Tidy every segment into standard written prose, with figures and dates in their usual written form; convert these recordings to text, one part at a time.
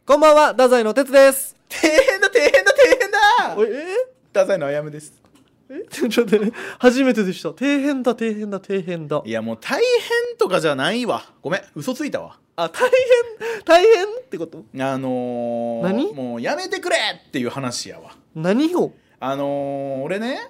こんばんは、太宰の哲です。 大変だ太宰のあやむです。 ちょっとね、初めてでした。大変だ。 いやもう大変とかじゃないわ。ごめん、嘘ついたわ。 大変ってこと？何？ もうやめてくれっていう話やわ。 何を？ 俺ね、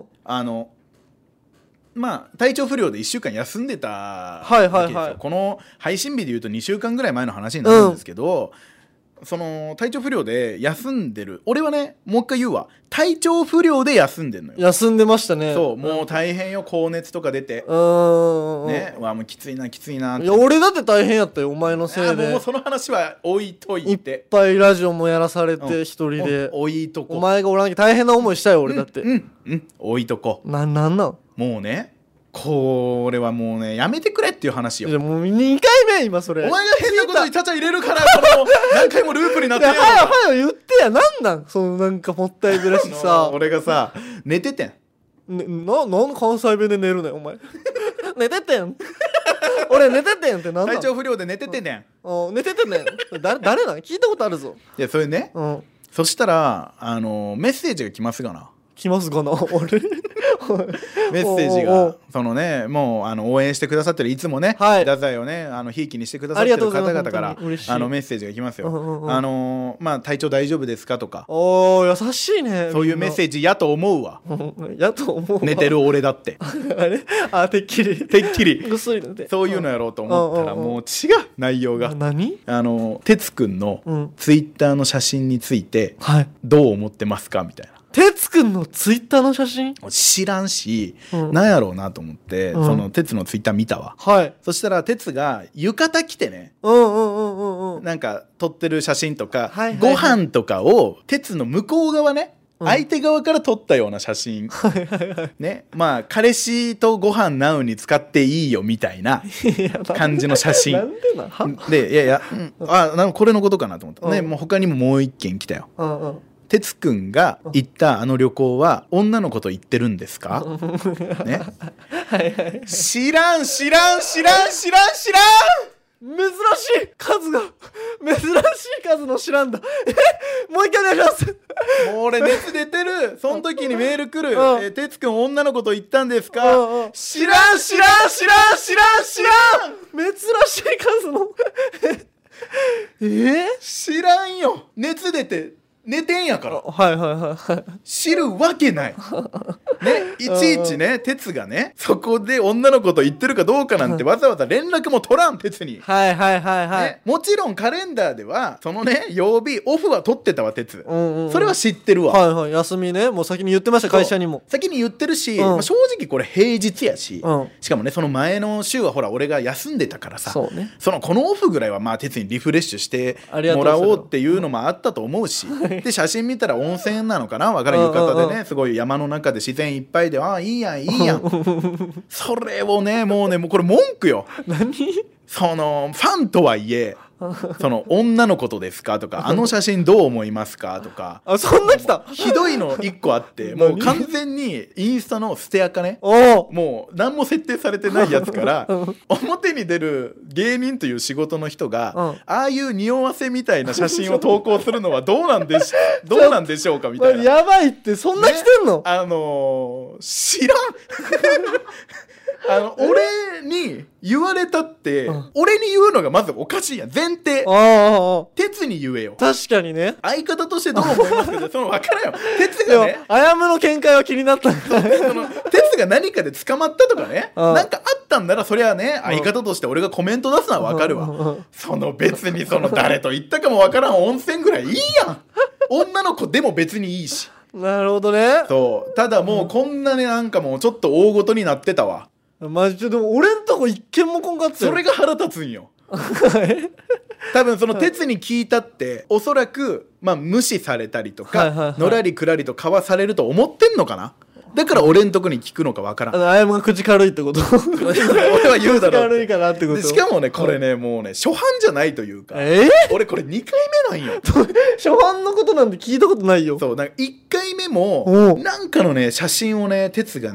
体調不良で1週間休んでたわけですよ。この配信日で言うと2週間ぐらい前の話になるんですけど、その体調不良で休んでる俺はね、もう一回言うわ、体調不良で休んでんのよ。 休んでましたね。 そう、もう大変よ、高熱とか出てね、わもうきついなって。いや俺だって大変やったよ、お前のせいで。 もうその話は置いといて。 いっぱいラジオもやらされて一人で置いとこ。 お前がおらなきゃ大変な思いしたよ俺だって。 置いとこ。 なんもうね、これはもうね、やめてくれっていう話よ。 もう2回目今それ。 お前が変なことにちゃちゃ入れるからこの何回もループになってるよ。 はよ言ってや。なんそのなんかもったいぶらしさ。 俺がさ寝ててん。 なん関西弁で寝るねお前。寝ててん。俺寝ててんってなんなん？ 体調不良で寝ててんねん。 寝ててんねん。誰なん？聞いたことあるぞ。 いやそれね、そしたらメッセージが来ますがな。 来ますかな俺。 メッセージがそのね、もう応援してくださってる、いつもね、太宰をねひいきにしてくださってる方々からメッセージが来ますよ。体調大丈夫ですかとか。 優しいね。 そういうメッセージやと思うわ。 やと思うわ。 寝てる俺だってあれてっきりぐっすり寝てそういうのやろうと思ったらもう違う内容が。 何？ 哲くんのツイッターの写真についてどう思ってますかみたいな。 哲くんのツイッターの写真知らんし、なんやろうなと思って、その哲のツイッター見たわ。そしたら哲が浴衣着てね、なんか撮ってる写真とか、ご飯とかを哲の向こう側ね、相手側から撮ったような写真ね、彼氏とご飯ナウに使っていいよみたいな感じの写真で、これのことかなと思ったね。もう他にももう一件来たよ。哲くんが行った旅行は女の子と行ってるんですか？ね。知らん。珍しい数の知らんだ。もう一回お願いします。 もう俺熱出てる。その時にメール来る。哲くん女の子と行ったんですか？知らん。珍しい数の知らんよ。熱出て寝てんやから。知るわけないね。いちいちね、哲がねそこで女の子と言ってるかどうかなんてわざわざ連絡も取らん哲に。もちろんカレンダーではそのね曜日オフは取ってたわ哲。それは知ってるわ。 休みね、もう先に言ってました。会社にも先に言ってるし、正直これ平日やし、しかもねその前の週はほら俺が休んでたからさ、このオフぐらいは哲にリフレッシュしてもらおうっていうのもあったと思うし、で写真見たら温泉なのかな、わからん、浴衣でねすごい山の中で自然いっぱいで、いいやんそれをねもうこれ文句よ。 何？ そのファンとはいえその女の子とですかとか、あの写真どう思いますかとか、 そんな来た。 ひどいの1個あってもう完全にインスタのステアカね、もう何も設定されてないやつから表に出る芸人という仕事の人がああいう匂わせみたいな写真を投稿するのはどうなんでしょうかみたいな。 やばいって。そんな来てんの？ 知らん俺に言われたって、俺に言うのがまずおかしいやん、前提。哲に言えよ。 確かにね。 相方としてどう思いますけどその分からんよ。哲がね、 あやむの見解は気になったんだ。 哲が何かで捕まったとかね、なんかあったんならそれはね、相方として俺がコメント出すのは分かるわ。その別にその誰と言ったかも分からん温泉ぐらいいいやん。女の子でも別にいいし。 なるほどね。 そうただもうこんなねなんかもうちょっと大ごとになってたわ。 マジでも俺んとこ一件もこんかったよ。 それが腹立つんよ。多分その哲に聞いたっておそらく無視されたりとかのらりくらりとかわされると思ってんのかな。だから俺んとこに聞くのかわからん。 あやむが口軽いってこと？ 俺は言うだろう。 口軽いかなってこと。 しかもねこれねもうね初版じゃないというか、俺これ2回目なんよ。 初版のことなんて聞いたことないよ。 そうなんか1回目もなんかのね写真をね哲がね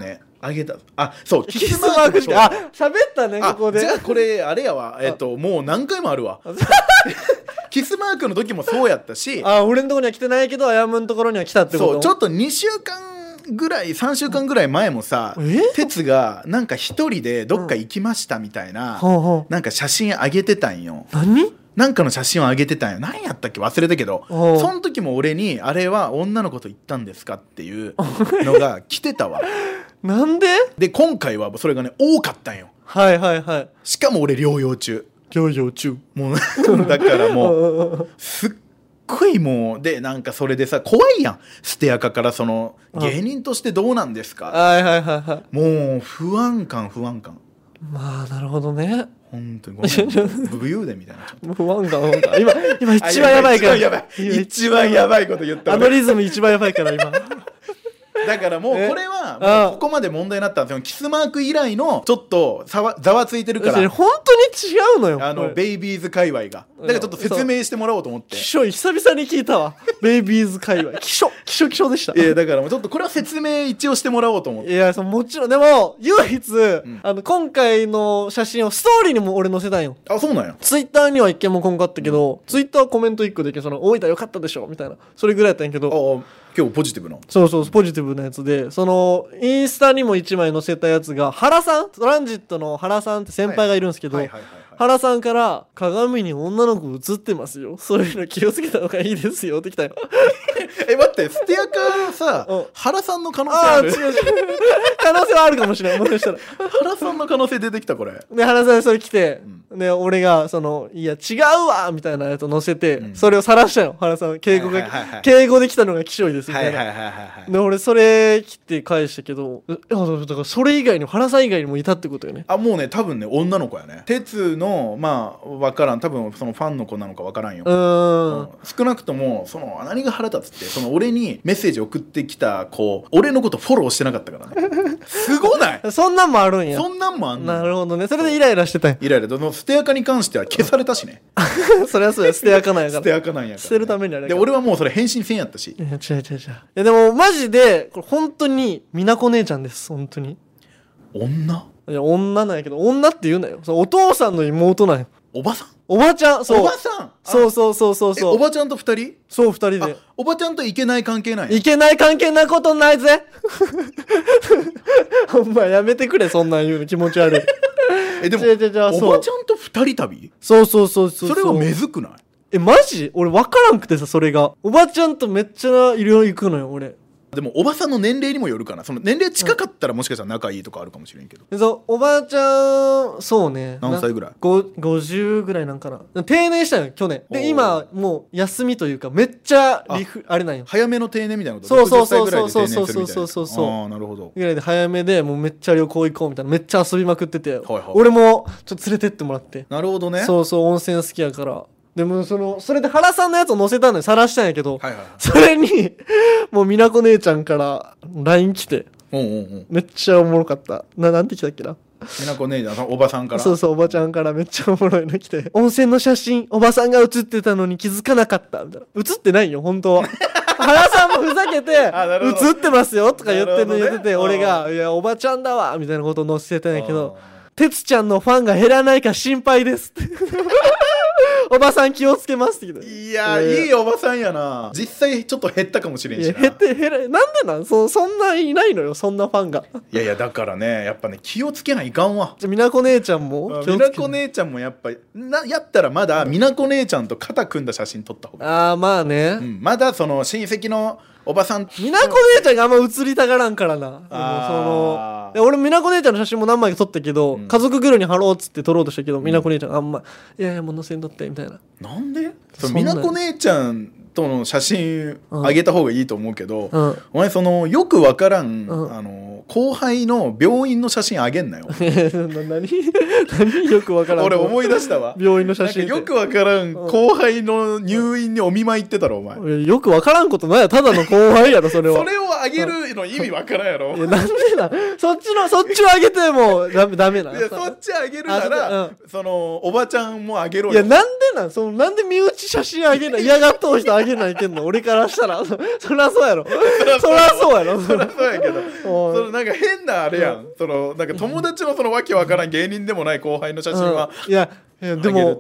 あげた。そうキスマークして、喋ったねここで。 じゃあこれあれやわ、もう何回もあるわキスマークの時もそうやったし、 俺のところには来てないけどあやむのところには来たってこと。 そう、ちょっと2週間ぐらい3週間ぐらい前もさ、哲がなんか一人でどっか行きましたみたいな、なんか写真あげてたんよ。なんかの写真をあげてたんよ。何やったっけ忘れたけど、その時も俺にあれは女の子と行ったんですかっていうのが来てたわなんで今回はそれがね多かったんよ。しかも俺療養中もうだからもうすっごいもうでなんかそれでさ怖いやん。ステアカからその芸人としてどうなんですか、もう不安感。 まあなるほどね。 本当にごめん武勇伝みたいな。 不安感今一番やばいから。 一番やばいこと言った。 リズム一番やばいから今だからもうこれはここまで問題になったんですよ。キスマーク以来のちょっとざわついてるから。 本当に違うのよベイビーズ界隈が。だからちょっと説明してもらおうと思って。 久々に聞いたわベイビーズ界隈。気象でした。 いやだからもうちょっとこれは説明一応してもらおうと思って。 いやもちろんでも唯一、今回の写真をストーリーにも俺載せたんよ。 そうなんや。 ツイッターには一件もこんかったけど、ツイッターコメント1個で大分よかったでしょみたいなそれぐらいやったんやけど。 今日ポジティブな。 そうポジティブなやつで、そのインスタにも1枚載せたやつが原さん、トランジットの原さんって先輩がいるんですけど、原さんから鏡に女の子映ってますよ、そういうの気をつけた方がいいですよってきたよ待ってステアカさ、原さんの可能性ある？ 違う可能性はあるかもしれない。もしかしたら原さんの可能性出てきた。これで原さんそれ来て、で俺がいや違うわみたいなやつを載せて、それを晒したよ。原さん敬語で来たのがきしょいですみたいな。で俺それ来て返したけど、だからそれ以外に原さん以外にもいたってことよね。 もうね多分ね女の子やね。鉄の分からん、多分そのファンの子なのか分からんよ。少なくとも何が腹立つって俺にメッセージ送ってきた子、俺のことフォローしてなかったからねすごない？ そんなんもあるんや。 そんなんもあんの。 なるほどね。それでイライラしてたんや。 イライラステアカに関しては消されたしねそりゃそうや、ステアカなんやから。 ステアカなんやから、 捨てるためにあれで俺はもうそれ返信せんやったし。 違う。いやでもマジでこれ本当に美奈子姉ちゃんです。本当に女？ いや女なんやけど、女って言うなよ。お父さんの妹なんよ。 おばさん？ おばちゃん。そうおばさん。 そうおばちゃんと2人？ そう2人で。 おばちゃんといけない関係なんや。 いけない関係なことないぜほんまやめてくれ、そんなん言うの気持ち悪いでもおばちゃんと2人旅？ そうそれはめずくない？ マジ俺分からんくてさ、それがおばちゃんとめっちゃいろいろ行くのよ俺。 でもおばさんの年齢にもよるかな。その年齢近かったらもしかしたら仲いいとかあるかもしれんけど、 おばあちゃんそうね何歳ぐらい ？50ぐらいなんかな。定年したよ去年で。今もう休みというかめっちゃあれなんよ。 早めの定年みたいなこと。 そうなるほど。 ぐらいで早めでもうめっちゃ旅行行こうみたいな、めっちゃ遊びまくってて、俺もちょっと連れてってもらって。 なるほどね。 温泉好きやから。でもそれで原さんのやつを載せたのよ、晒したんやけど、それにもう美奈子姉ちゃんから LINE 来て、めっちゃおもろかった。なんて来たっけな。 美奈子姉ちゃんおばさんから。 そうおばちゃんからめっちゃおもろいの来て、温泉の写真おばさんが写ってたのに気づかなかったみたいな。写ってないよ本当は原さんもふざけて写ってますよとか言ってて、俺がいやおばちゃんだわみたいなことを載せてたんやけど、てつちゃんのファンが減らないか心配ですっておばさん気をつけますって言って。 いや、いいおばさんやな。実際ちょっと減ったかもしれんしな。 なんでそんないないのよ、そんなファンが。 いやだからね、やっぱね気をつけないかんわ。 じゃ美奈子姉ちゃんも美奈子姉ちゃんもやっぱやったらまだ美奈子姉ちゃんと肩組んだ写真撮った方が。 まあね、 まだその親戚のおばさん。 美奈子姉ちゃんがあんま写りたがらんからな。俺美奈子姉ちゃんの写真も何枚か撮ったけど、家族ぐるに貼ろうっつって撮ろうとしたけど、美奈子姉ちゃんがあんまいやもう載せんとってみたいな。 なんで？美奈子姉ちゃんとの写真あげた方がいいと思うけど、お前よくわからん、後輩の病院の写真あげんなよ何よくわからん。 俺思い出したわ病院の写真よくわからん後輩の入院にお見舞い行ってたろお前。 よくわからんことないや、ただの後輩やろそれは。 それをあげるの意味わからんやろ。 いやなんでな、そっちをあげてもダメな。 いやそっちあげるなら、おばちゃんもあげろよ。 いやなんでなん、なんで身内写真あげない、嫌がっとう人ああげないけんの俺からしたらそりゃそうやろそりゃそうやろそりゃそうやけどそのなんか変なあれやん、そのなんか友達のそのわけわからん芸人でもない後輩の写真は、 いやでも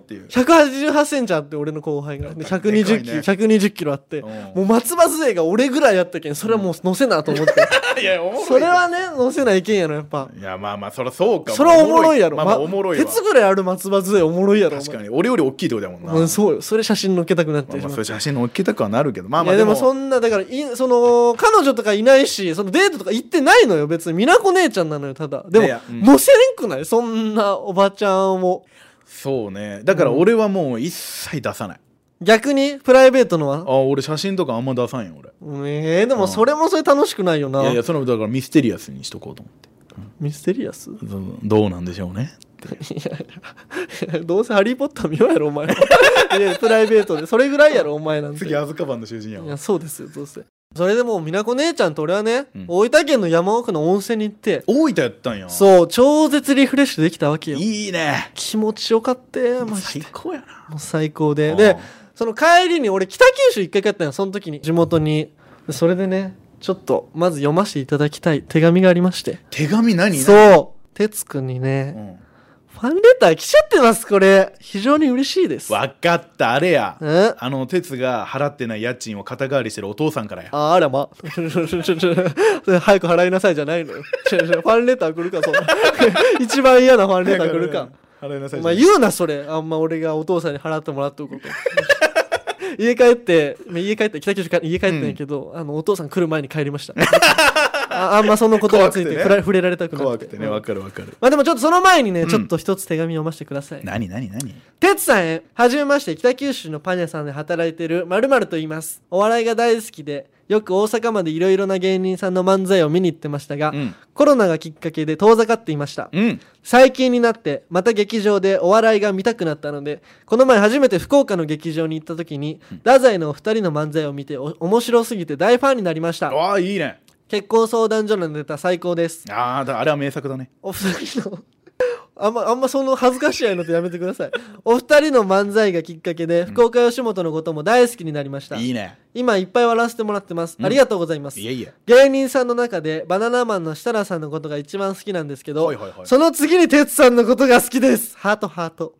188センチあって俺の後輩が120キロ、120キロあって、もう松葉杖が俺ぐらいやったけん、それはもう乗せなと思っていやそれはね乗せないけんやろやっぱ。 いやまあまあそりゃそうか、 それはおもろいやろ、 まあまあおもろいわ、 鉄ぐらいある松葉杖おもろいやろ。 確かに俺より大きいってことだもんな。 そうよ、それ写真載っけたくなって、 まあそれ写真載っけたくはなるけど、まあまあでもそんなだからその彼女とかいないし、そのデートとか行ってないのよ別に。美奈子姉ちゃんなのよただ。でも載せれんくない、そんなおばちゃんを。 そうね、だから俺はもう一切出さない、 逆にプライベートのは俺写真とかあんま出さんよ俺。 でもそれもそれ楽しくないよな。 いやそのだからミステリアスにしとこうと思って、 ミステリアスどうなんでしょうねいやどうせハリーポッター見ようやろお前いやプライベートでそれぐらいやろお前なんて。 次アズカバンの囚人やわ。 いやそうですよどうせ。それでもう美奈子姉ちゃんと俺はね、大分県の山奥の温泉に行って。 大分やったんや。 そう超絶リフレッシュできたわけよ。 いいね、 気持ちよかったマジで最高やな。 もう最高でその帰りに俺北九州一回帰ったんよその時に地元に。それでねちょっとまず読ませていただきたい手紙がありまして。 手紙何？ そう哲くんにね、ファンレター来ちゃってます。これ非常に嬉しいです。 分かった、あれや、哲が払ってない家賃を肩代わりしてるお父さんからや。 あらま早く払いなさいじゃないのよファンレター来るかそんな一番嫌なファンレター来るか払いなさい。 お前言うなそれ。あんま俺がお父さんに払ってもらっておくこと家帰って北九州家帰ったんやけど、お父さん来る前に帰りましたあんまそのことについて触れられたくなくて。 怖くてね、わかるわかる。 まあでもちょっとその前にね、ちょっと一つ手紙読ませてください。 何てつさんへ。はじめまして、北九州のパン屋さんで働いてる〇〇と言います。お笑いが大好きでよく大阪までいろいろな芸人さんの漫才を見に行ってましたが、コロナがきっかけで遠ざかっていました、最近になってまた劇場でお笑いが見たくなったので、この前初めて福岡の劇場に行った時に、太宰のお二人の漫才を見て面白すぎて大ファンになりました。 ああいいね。 結婚相談所のネタ最高です。 あれは名作だね。 お二人のあんまその恥ずかしいのとやめてください。お二人の漫才がきっかけで福岡吉本のことも大好きになりました。 いいね。 今いっぱい笑わせてもらってます、ありがとうございます。 いえいえ。 芸人さんの中でバナナマンの設楽さんのことが一番好きなんですけど、その次に哲さんのことが好きです。ハートハート。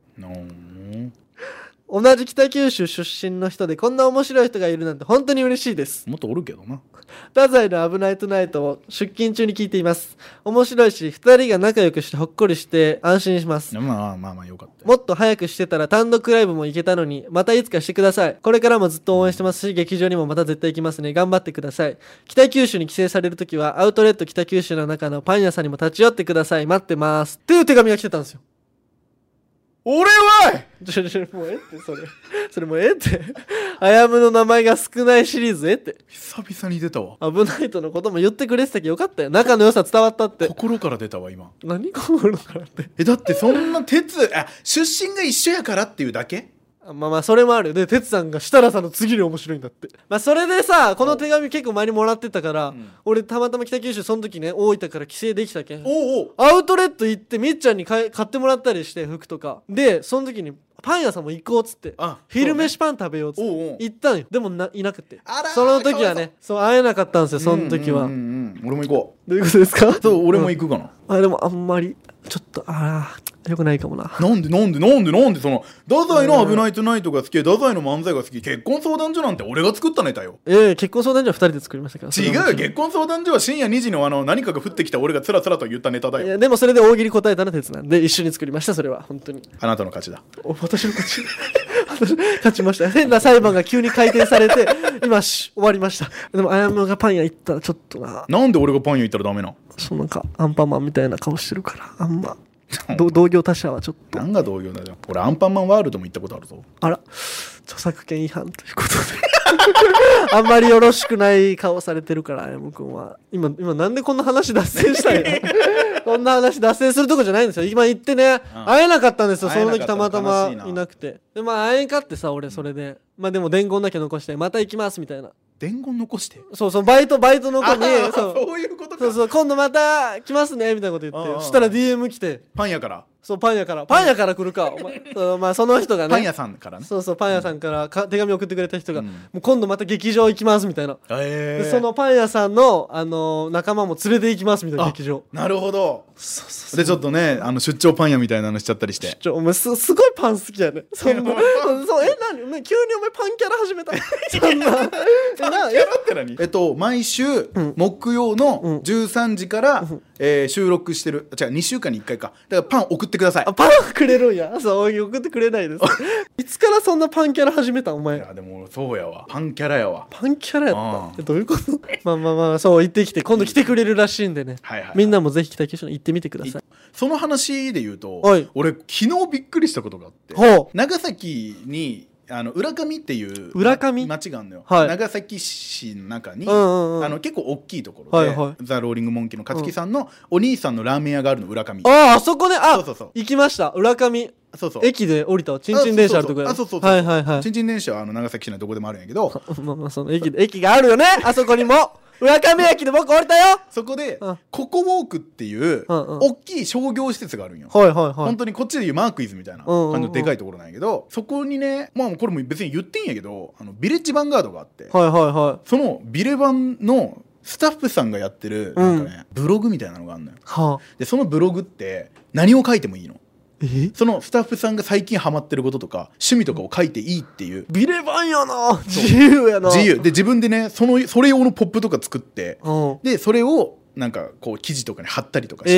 同じ北九州出身の人でこんな面白い人がいるなんて本当に嬉しいです。 もっとおるけどな。 太宰の危ないトゥナイトを出勤中に聞いています。面白いし2人が仲良くしてほっこりして安心します。 まあよかった。 もっと早くしてたら単独ライブも行けたのに、またいつかしてください。これからもずっと応援してますし、劇場にもまた絶対行きますね。頑張ってください。北九州に帰省されるときはアウトレット北九州の中のパン屋さんにも立ち寄ってください。待ってますっていう手紙が来てたんですよ。 俺はもうそれもうってあやむの名前が少ないシリーズって久々に出たわ。 危ないとのことも言ってくれてたけどよかったよ。仲の良さ伝わったって。 心から出たわ今。 何心からって。 だってそんな出身が一緒やからっていうだけ。 まあそれもあるよ。で哲さんが設楽さんの次に面白いんだって。それでさ、この手紙結構前にもらってたから、俺たまたま北九州その時ね大分から帰省できたけん、アウトレット行ってみっちゃんに買ってもらったりして服とかで、その時にパン屋さんも行こうっつって昼飯パン食べようっつって行ったんよ。でもいなくて、その時はね会えなかったんですよ。その時は俺も行こう。どういうことですか？ 俺も行くかな。 でもあんまりちょっとよくないかもな。 なんでその太宰の危ないトゥナイトが好き、太宰の漫才が好き、結婚相談所なんて俺が作ったネタよ。 結婚相談所は2人で作りましたから。 違うよ、結婚相談所は深夜2時の何かが降ってきた俺がつらつらと言ったネタだよ。 いやでもそれで大喜利答えたの哲なんで一緒に作りました。それは本当にあなたの勝ちだ。 私の勝ち勝ちました。変な裁判が急に回転されて今終わりました。でもあやむがパン屋行ったらちょっとなんで俺がパン屋行ったらダメな。 なんかアンパンマンみたいな顔してるからあんま同業他社はちょっと。 何が同業だよ。俺アンパンマンワールドも行ったことあるぞ。 あら著作権違反ということであんまりよろしくない顔されてるからあやむくんは。今なんでこんな話脱線したんやこんな話脱線するとこじゃないんですよ。今行ってね、会えなかったんですよ。その時たまたまいなくて。で会えんかってさ俺それででも伝言だけ残してまた行きますみたいな。 伝言残して。 そうバイトの子にそういうことか。 そう今度また来ますねみたいなこと言って、そしたら DM 来て、 パン屋から。 そうパン屋から来るかお前その人がね、 パン屋さんからね。 そうパン屋さんから手紙送ってくれた人が、もう今度また劇場行きますみたいな、でそのパン屋さんの、仲間も連れて行きますみたいな、劇場。なるほど。でちょっとね出張パン屋みたいなのしちゃったりして、 お前すごいパン好きやね。何急にお前パンキャラ始めたそんなパンキャラって何？毎週木曜の13時から、収録してる。2週間に1回か。だからパン送ってください。 パンくれるんや。そう送ってくれないです。いつからそんなパンキャラ始めたんお前？ いやでもそうやわ。パンキャラやわ。 パンキャラやった。どういうこと？まあそう行ってきて、今度来てくれるらしいんでね。みんなもぜひ北九州に行ってみてください。 その話で言うと、俺昨日びっくりしたことがあって、長崎に浦上っていう町があるのよ、長崎市の中に、結構大きいところで、ザ・ローリング・モンキーの勝木さんのお兄さんのラーメン屋があるの、浦上。 あそこね。そう行きました、浦上。駅で降りたわ。チンチン電車あるとこや。 チンチン電車は長崎市内どこでもあるんやけどその駅があるよね、あそこにも。浦上駅で僕降りたよ。 そこでココウォークっていう大きい商業施設があるんよ。本当にこっちでいうマークイズみたいな感じのでかいところなんやけど、そこにね、これも別に言ってんやけど、ビレッジヴァンガードがあって、そのビレバンのスタッフさんがやってるなんかね、ブログみたいなのがあるのよ。でそのブログって何を書いてもいいの。そのスタッフさんが最近ハマってることとか趣味とかを書いていいっていう。 ビレバンやな。自由やな。 自由で自分でね、それ用のポップとか作って、でそれをなんかこう記事とかに貼ったりとかして、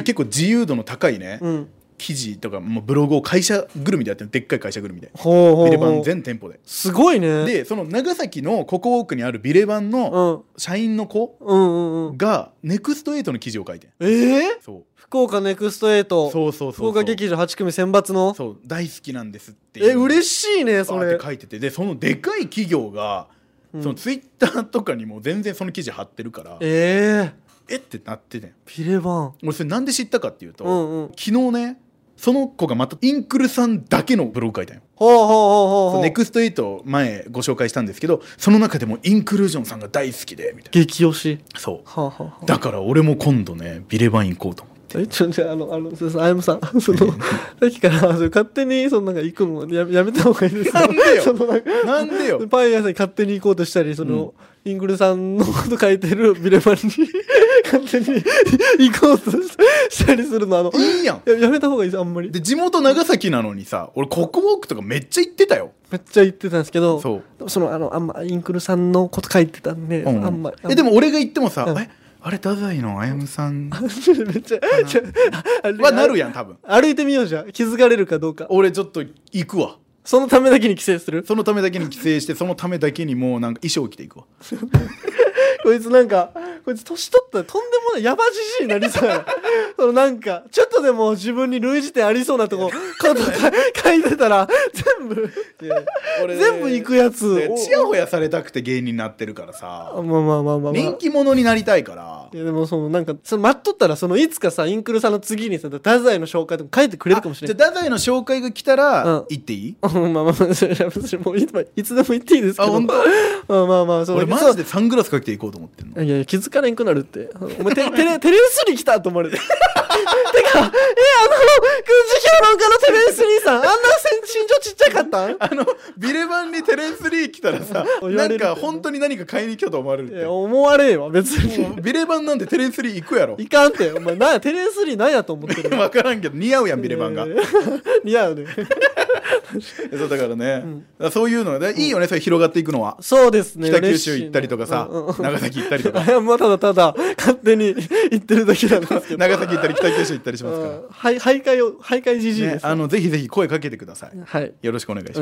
結構自由度の高いね、記事とかブログを会社ぐるみでやってる。でっかい会社ぐるみでビレバン全店舗で。 すごいね。 でその長崎のココウォークにあるビレバンの社員の子がネクスト8の記事を書いて、そう福岡ネクスト8、福岡劇場8組選抜の、 そう大好きなんですっていう。 嬉しいねそれ。 って書いてて、でそのでかい企業が、そのツイッターとかにも全然その記事貼ってるから、ってなってね。 ビレバン、 俺それなんで知ったかっていうと、昨日ね、その子がまたインクルさんだけのブログ書いたよ。ネクスト8前ご紹介したんですけど、その中でもインクルージョンさんが大好きでみたいな。 激推し。 そうだから俺も今度ねビレバン行こうと思って。 あやむさん、さっきから勝手になんか行くのやめた方がいいですよ。 なんでよ。 パン屋さんに勝手に行こうとしたり、イングルさんのこと書いてるビレバンに勝手に行こうとしたりするの、 いいやん。 やめた方がいいです。あんまり。 で地元長崎なのにさ、俺ココウォークとかめっちゃ行ってたよ。 めっちゃ行ってたんですけど、あんまインクルさんのこと書いてたんで、あんまり。 でも俺が行ってもさ、あれ太宰のあやむさんめっちゃはなるやん多分。 歩いてみようじゃん、気づかれるかどうか。 俺ちょっと行くわ。 そのためだけに帰省する。 そのためだけに帰省して、そのためだけにもうなんか衣装着ていくわ。 こいつ年取ったらとんでもないヤバじじいになりそうやな。なんかちょっとでも自分に類似点ありそうなとこ書いてたら全部行くやつ。 ちやほやされたくて芸人になってるからさ。 まあ人気者になりたいから。 いやでもなんか待っとったらいつかさインクルさんの次にさ太宰の紹介とか書いてくれるかもしれない。 じゃあ太宰の紹介が来たら行っていい？ まあもういつでも行っていいですけど。 本当？俺マジでサングラスかけていこうと思ってんの。 いや気づかれんくなるって。お前テレスリー来たと思われて。てか軍事評論家のテレンス・リーさん、あんな身長ちっちゃかったん？ ビレバンにテレンス・リー来たらさ、なんか本当に何か買いに来たと思われるって。 思われんわ別に。 ビレバンなんでテレンス・リー行くやろ。 行かんって。お前なんやテレンス・リーなんやと思ってる。 分からんけど似合うやんビレバンが。 似合うね。 そうだからね、そういうのでいいよね、それ広がっていくのは。 そうですね。 北九州行ったりとかさ、長崎行ったりとか。 まあただ勝手に行ってるだけなんですけど。 長崎行ったり北九州行ったりしますから。 徘徊じじいです。 ぜひぜひ声かけてください。 はい。 よろしくお願いします。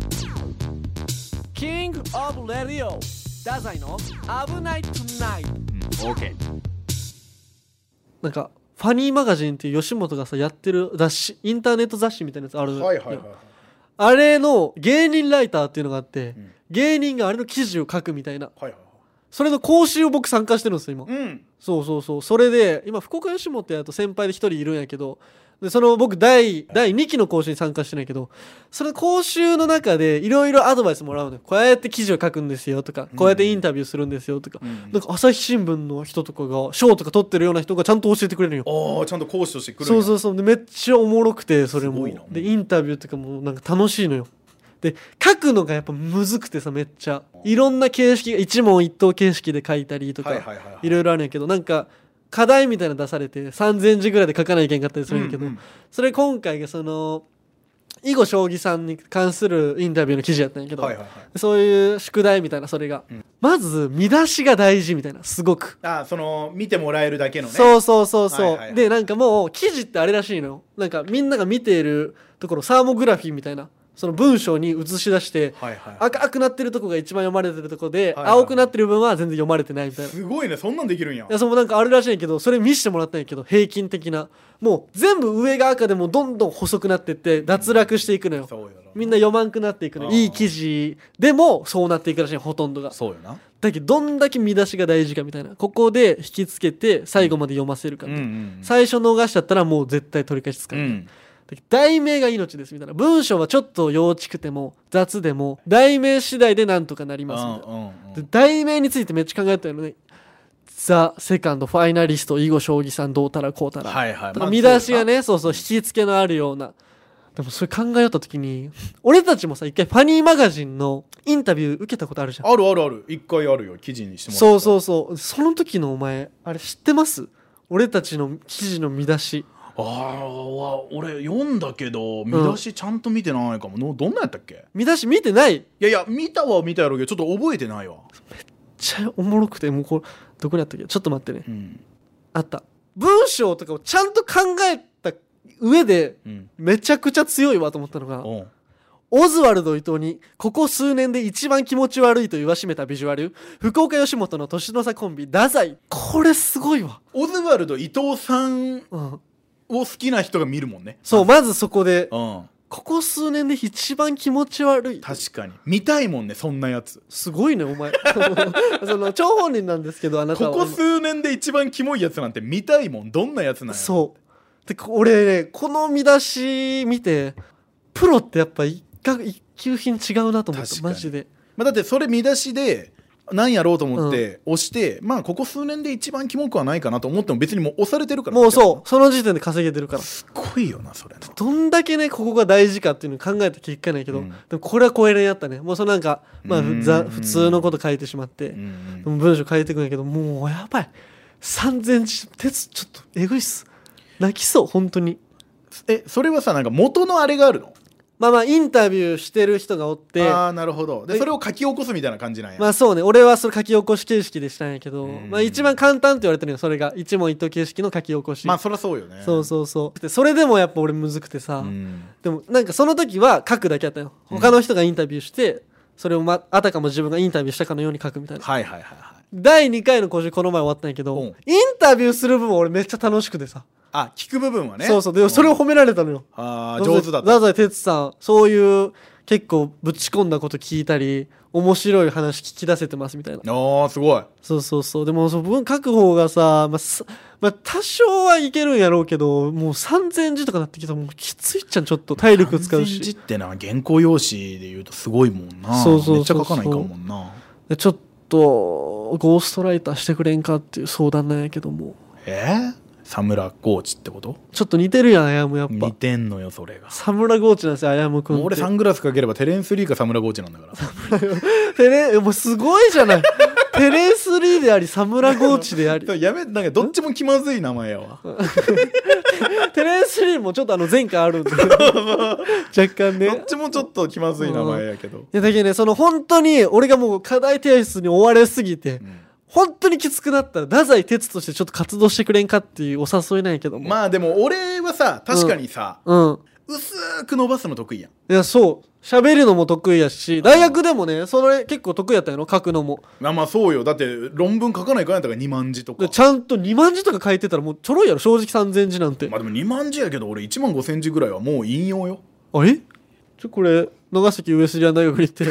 キングオブレディオ太宰の危ないトゥナイト。 オーケー。 なんかファニーマガジンっていう吉本がさやってる雑誌、インターネット雑誌みたいなやつある。あれの芸人ライターっていうのがあって、芸人があれの記事を書くみたいな。それの講習を僕参加してるんですよ今。そうそれで今福岡吉本やと先輩で一人いるんやけど、 でその僕第2期の講習に参加してないけど、その講習の中でいろいろアドバイスもらうのよ。こうやって記事を書くんですよとか、こうやってインタビューするんですよとか、なんか朝日新聞の人とかが賞とか取ってるような人がちゃんと教えてくれるよ。 ああ、ちゃんと講師としてくるんや。 そうでめっちゃおもろくて、それもでインタビューとかもなんか楽しいのよ。で書くのがやっぱむずくてさ、めっちゃいろんな形式が一問一答形式で書いたりとかいろいろあるんやけど、なんか課題みたいなの出されて3000字ぐらいで書かないといけんかったりするんやけど、それ今回がその囲碁将棋さんに関するインタビューの記事やったんやけど、そういう宿題みたいな、それが、まず見出しが大事みたいな、すごくその見てもらえるだけのね。 そうで、なんかもう記事ってあれらしいのよ。なんかみんなが見ているところサーモグラフィーみたいな、その文章に映し出して、赤くなってるとこが一番読まれてるとこで、青くなってる部分は全然読まれてないみたいな。 すごいね、そんなんできるんや。 いや、そのなんかあるらしいんやけど、それ見せてもらったんやけど、平均的なもう全部上が赤でもどんどん細くなってって脱落していくのよ。みんな読まんくなっていくの。いい記事でもそうなっていくらしい、ほとんどが。 そうよな。 だけどどんだけ見出しが大事かみたいな、ここで引きつけて最後まで読ませるか、最初逃しちゃったらもう絶対取り返しつかない、題名が命ですみたいな。文章はちょっと幼稚くても雑でも題名次第でなんとかなりますみたいな。で題名についてめっちゃ考えたよね。ザ・セカンドファイナリスト囲碁将棋さんどうたらこうたら、見出しがね、そう引き付けのあるような。でもそれ考えよった時に、俺たちもさ一回ファニーマガジンのインタビュー受けたことあるじゃん。 ある一回あるよ、記事にしてもらった。 その時のお前あれ知ってます？俺たちの記事の見出し。 俺読んだけど見出しちゃんと見てないかも。どんなやったっけ？ 見出し見てない？ いや見たやろうけどちょっと覚えてないわ。 めっちゃおもろくて、もうこれどこにあったっけ？ちょっと待ってね、あった。文章とかをちゃんと考えた上で、めちゃくちゃ強いわと思ったのが、オズワルド伊藤にここ数年で一番気持ち悪いと言わしめたビジュアル、福岡吉本の年の差コンビ太宰。これすごいわ。 オズワルド伊藤さんを好きな人が見るもんね。 そう、まずそこで、ここ数年で一番気持ち悪い。 確かに見たいもんね、そんなやつ。 すごいねお前その張本人なんですけど、あなたはここ数年で一番キモいやつなんて見たいもん。どんなやつなんや。 そうで、俺ねこの見出し見て、プロってやっぱ一級品違うなと思った。マジで。 だってそれ見出しで何やろうと思って押して、ここ数年で一番キモくはないかなと思っても別にもう押されてるから。 もうその時点で稼げてるから。 すごいよなそれ。 どんだけねここが大事かっていうのを考えた結果ないけど、でもこれは超えれんやったね。もうそのなんか普通のこと書いてしまって、文章書いてくんやけど、もうやばい。3000字鉄ちょっとえぐいっす。泣きそう本当に。 それはさ、なんか元のあれがあるの？ インタビューしてる人がおって、 なるほど。でそれを書き起こすみたいな感じなんや。 そうね、俺はそれ書き起こし形式でしたんやけど、一番簡単って言われてるよ、それが一問一答形式の書き起こし。 そりゃそうよね。 でそれでもやっぱ俺むずくてさ、でもなんかその時は書くだけやったよ。他の人がインタビューして、それをあたかも自分がインタビューしたかのように書くみたいな。第2回の講習この前終わったんやけど、インタビューする部分俺めっちゃ楽しくてさ。 聞く部分はね。 でそれを褒められたのよ。 上手だった。 太宰哲さん、そういう結構ぶち込んだこと聞いたり、面白い話聞き出せてますみたいな。 すごい。 でもその書く方がさ、多少はいけるんやろうけど、もう3000字とかなってきたらもうきついっちゃん。ちょっと体力使うし。 3000字ってな、原稿用紙で言うとすごいもんな。めっちゃ書かないかもんな。 ちょっとゴーストライターしてくれんかっていう相談なんやけども。 サムラゴーチってこと？ ちょっと似てるやん、アヤム。やっぱ似てんのよそれが。 サムラゴーチなんですよ、アヤムくんって。 俺サングラスかければテレンス・リーかサムラゴーチなんだからもうすごいじゃないテレンス・リーでありサムラゴーチでありなんかどっちも気まずい名前やわテレンス・リーもちょっと前科あるんで若干ね。 どっちもちょっと気まずい名前やけど、 だけどね、その本当に俺がもう課題提出に追われすぎて、本当にきつくなったら太宰哲としてちょっと活動してくれんかっていうお誘いなんやけども。 でも俺はさ、確かにさ、薄く伸ばすの得意やん。 いや、喋るのも得意やし、大学でもねそれ結構得意やったんやろ、書くのも。 そうよ。だって論文書かないかんやったから2万字とか。 ちゃんと2万字とか書いてたらもうちょろいやろ、正直3000字なんて。 でも2万字やけど俺1万5000字ぐらいはもう引用よ。 これ長崎上杉谷大学に行って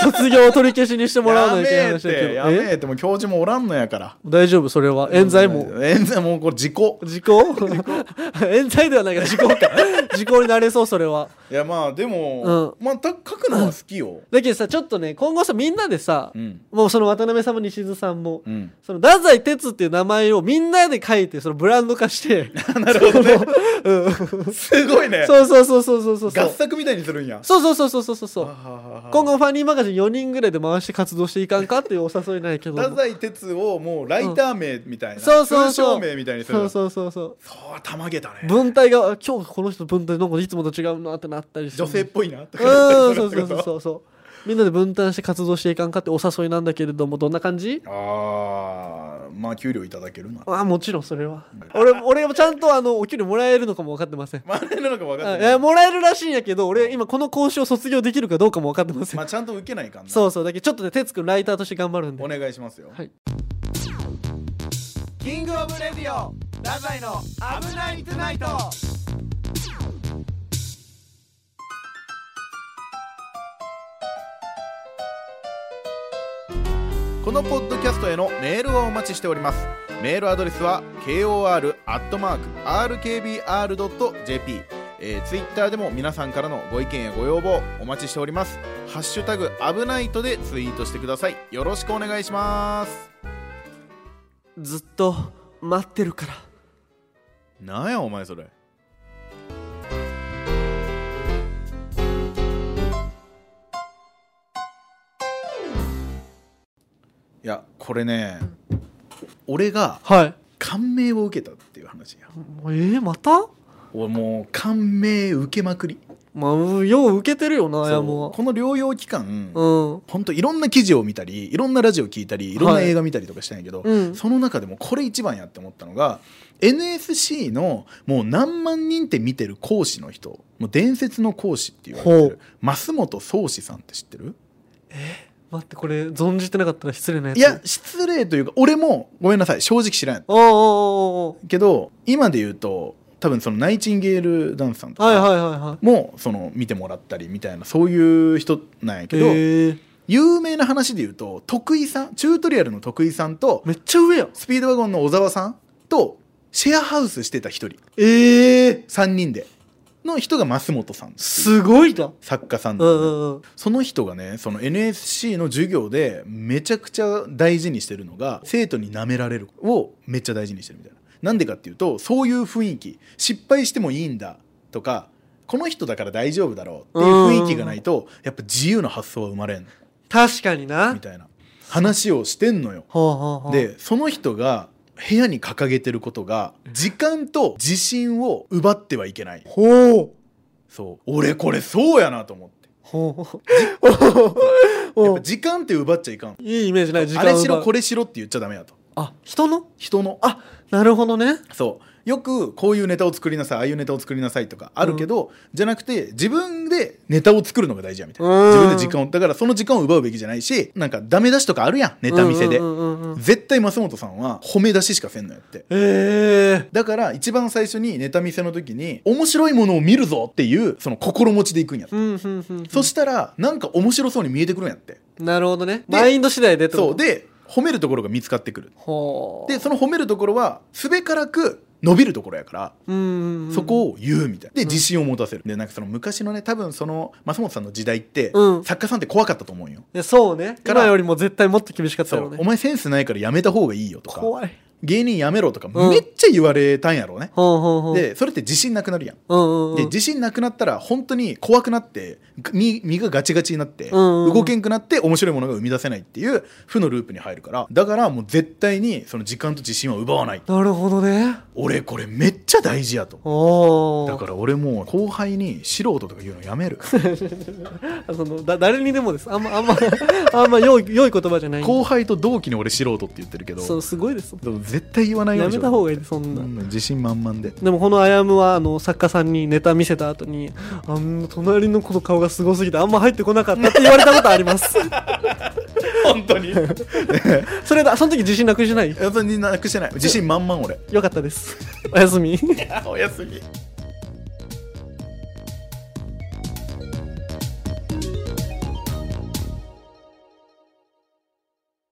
卒業を取り消しにしてもらわないといけない話だけど。 やめえってもう教授もおらんのやから。 大丈夫それは。冤罪ももうこれ時効冤罪ではないから時効か時効になれそう。それは。 いやまあでも、まあ書くのは好きよ。 だけどさ、ちょっとね今後さみんなでさ、もうその渡辺さんも西津さんも、その太宰哲っていう名前をみんなで書いてそのブランド化してなるほどねすごいね。 そう合作みたいにするんや。 そう今後ファニーマガジン4人ぐらいで回して活動していかんかっていうお誘いないけど、 太宰哲をもうライター名みたいな、 通称名みたいにする。 そうたまげたね。 文体が今日この人文体なんかいつもと違うなってなったりして、 女性っぽいなとか。 そうみんなで分担して活動していかんかってお誘いなんだけれども、どんな感じ？ まあ給料いただけるな。もちろんそれは。俺もちゃんとお給料もらえるのかも分かってません。 もらえるのかも分かってない。 いやもらえるらしいんやけど、俺今この講習を卒業できるかどうかも分かってません。 まあちゃんと受けないかんな。 そうだけどちょっとね哲くんライターとして頑張るんでお願いしますよ。 はい。 キングオブレディオ太宰の危ないトゥナイト。このポッドキャストへのメールをお待ちしております。メールアドレスは kor@rkbr.jp、ツイッターでも皆さんからのご意見やご要望お待ちしております。ハッシュタグ危ないとでツイートしてください。よろしくお願いします。 ずっと待ってるから。 なんやお前それ。いやこれね、俺が感銘を受けたっていう話や。 また？ 俺もう感銘受けまくり。 よう受けてるよな。 この療養期間、ほんといろんな記事を見たりいろんなラジオ聞いたりいろんな映画見たりとかしたんやけど、その中でもこれ一番やって思ったのが NSC のもう何万人って見てる講師の人、もう伝説の講師って言われてる増本宗志さんって知ってる？ 待って、これ存じてなかったら失礼なやつ。 いや失礼というか俺もごめんなさい正直知らんけど、今で言うと多分そのナイチンゲールダンスさんとかもその見てもらったりみたいなそういう人なんやけど、有名な話で言うと徳井さん、チュートリアルの徳井さんとめっちゃ上やスピードワゴンの小沢さんとシェアハウスしてた一人、3人での人が増本さん。 すごいな作家さんで、その人がねその NSC の授業でめちゃくちゃ大事にしてるのが生徒に舐められるをめっちゃ大事にしてるみたいな。なんでかっていうとそういう雰囲気、失敗してもいいんだとかこの人だから大丈夫だろうっていう雰囲気がないとやっぱ自由な発想は生まれん。 確かになみたいな話をしてんのよ。でその人が部屋に掲げてることが時間と自信を奪ってはいけない。そう俺これそうやなと思って。やっぱ時間って奪っちゃいかん。 いいイメージない。時間あれしろこれしろって言っちゃダメやと。 人のなるほどね。 そうよくこういうネタを作りなさい、ああいうネタを作りなさいとかあるけど、じゃなくて自分でネタを作るのが大事やみたいな。自分で時間を、だからその時間を奪うべきじゃないし、なんかダメ出しとかあるやんネタ見せで、絶対増本さんは褒め出ししかせんのやって。だから一番最初にネタ見せの時に面白いものを見るぞっていうその心持ちでいくんやって。そしたらなんか面白そうに見えてくるんやって。 なるほどね。マインド次第でってこと。 そうで褒めるところが見つかってくる。でその褒めるところはすべからく伸びるところやから、そこを言うみたいな。で自信を持たせる。でなんかその昔のね多分その増本さんの時代って、作家さんって怖かったと思うよ。 いやそうね。今よりも絶対もっと厳しかったよね。 お前センスないからやめた方がいいよとか、 怖い芸人やめろとかめっちゃ言われたんやろうね。でそれって自信なくなるやん。で自信なくなったら本当に怖くなって身がガチガチになって動けんくなって面白いものが生み出せないっていう負のループに入るから、だからもう絶対にその時間と自信は奪わない。 なるほどね。 俺これめっちゃ大事やと。だから俺もう後輩に素人とか言うのやめる。 誰にでもです。あんま良い言葉じゃない。 後輩と同期に俺素人って言ってるけど、 そうすごいです。 絶対言わないようにやめた方がいいです。そんな自信満々で。 でもこのあやむは作家さんにネタ見せた後に隣の子の顔がすごすぎてあんま入ってこなかったって言われたことあります。 本当に。 それだ。その時自信なくしてない？ なくしてない。自信満々俺。 よかったです。おやすみ。 おやすみ。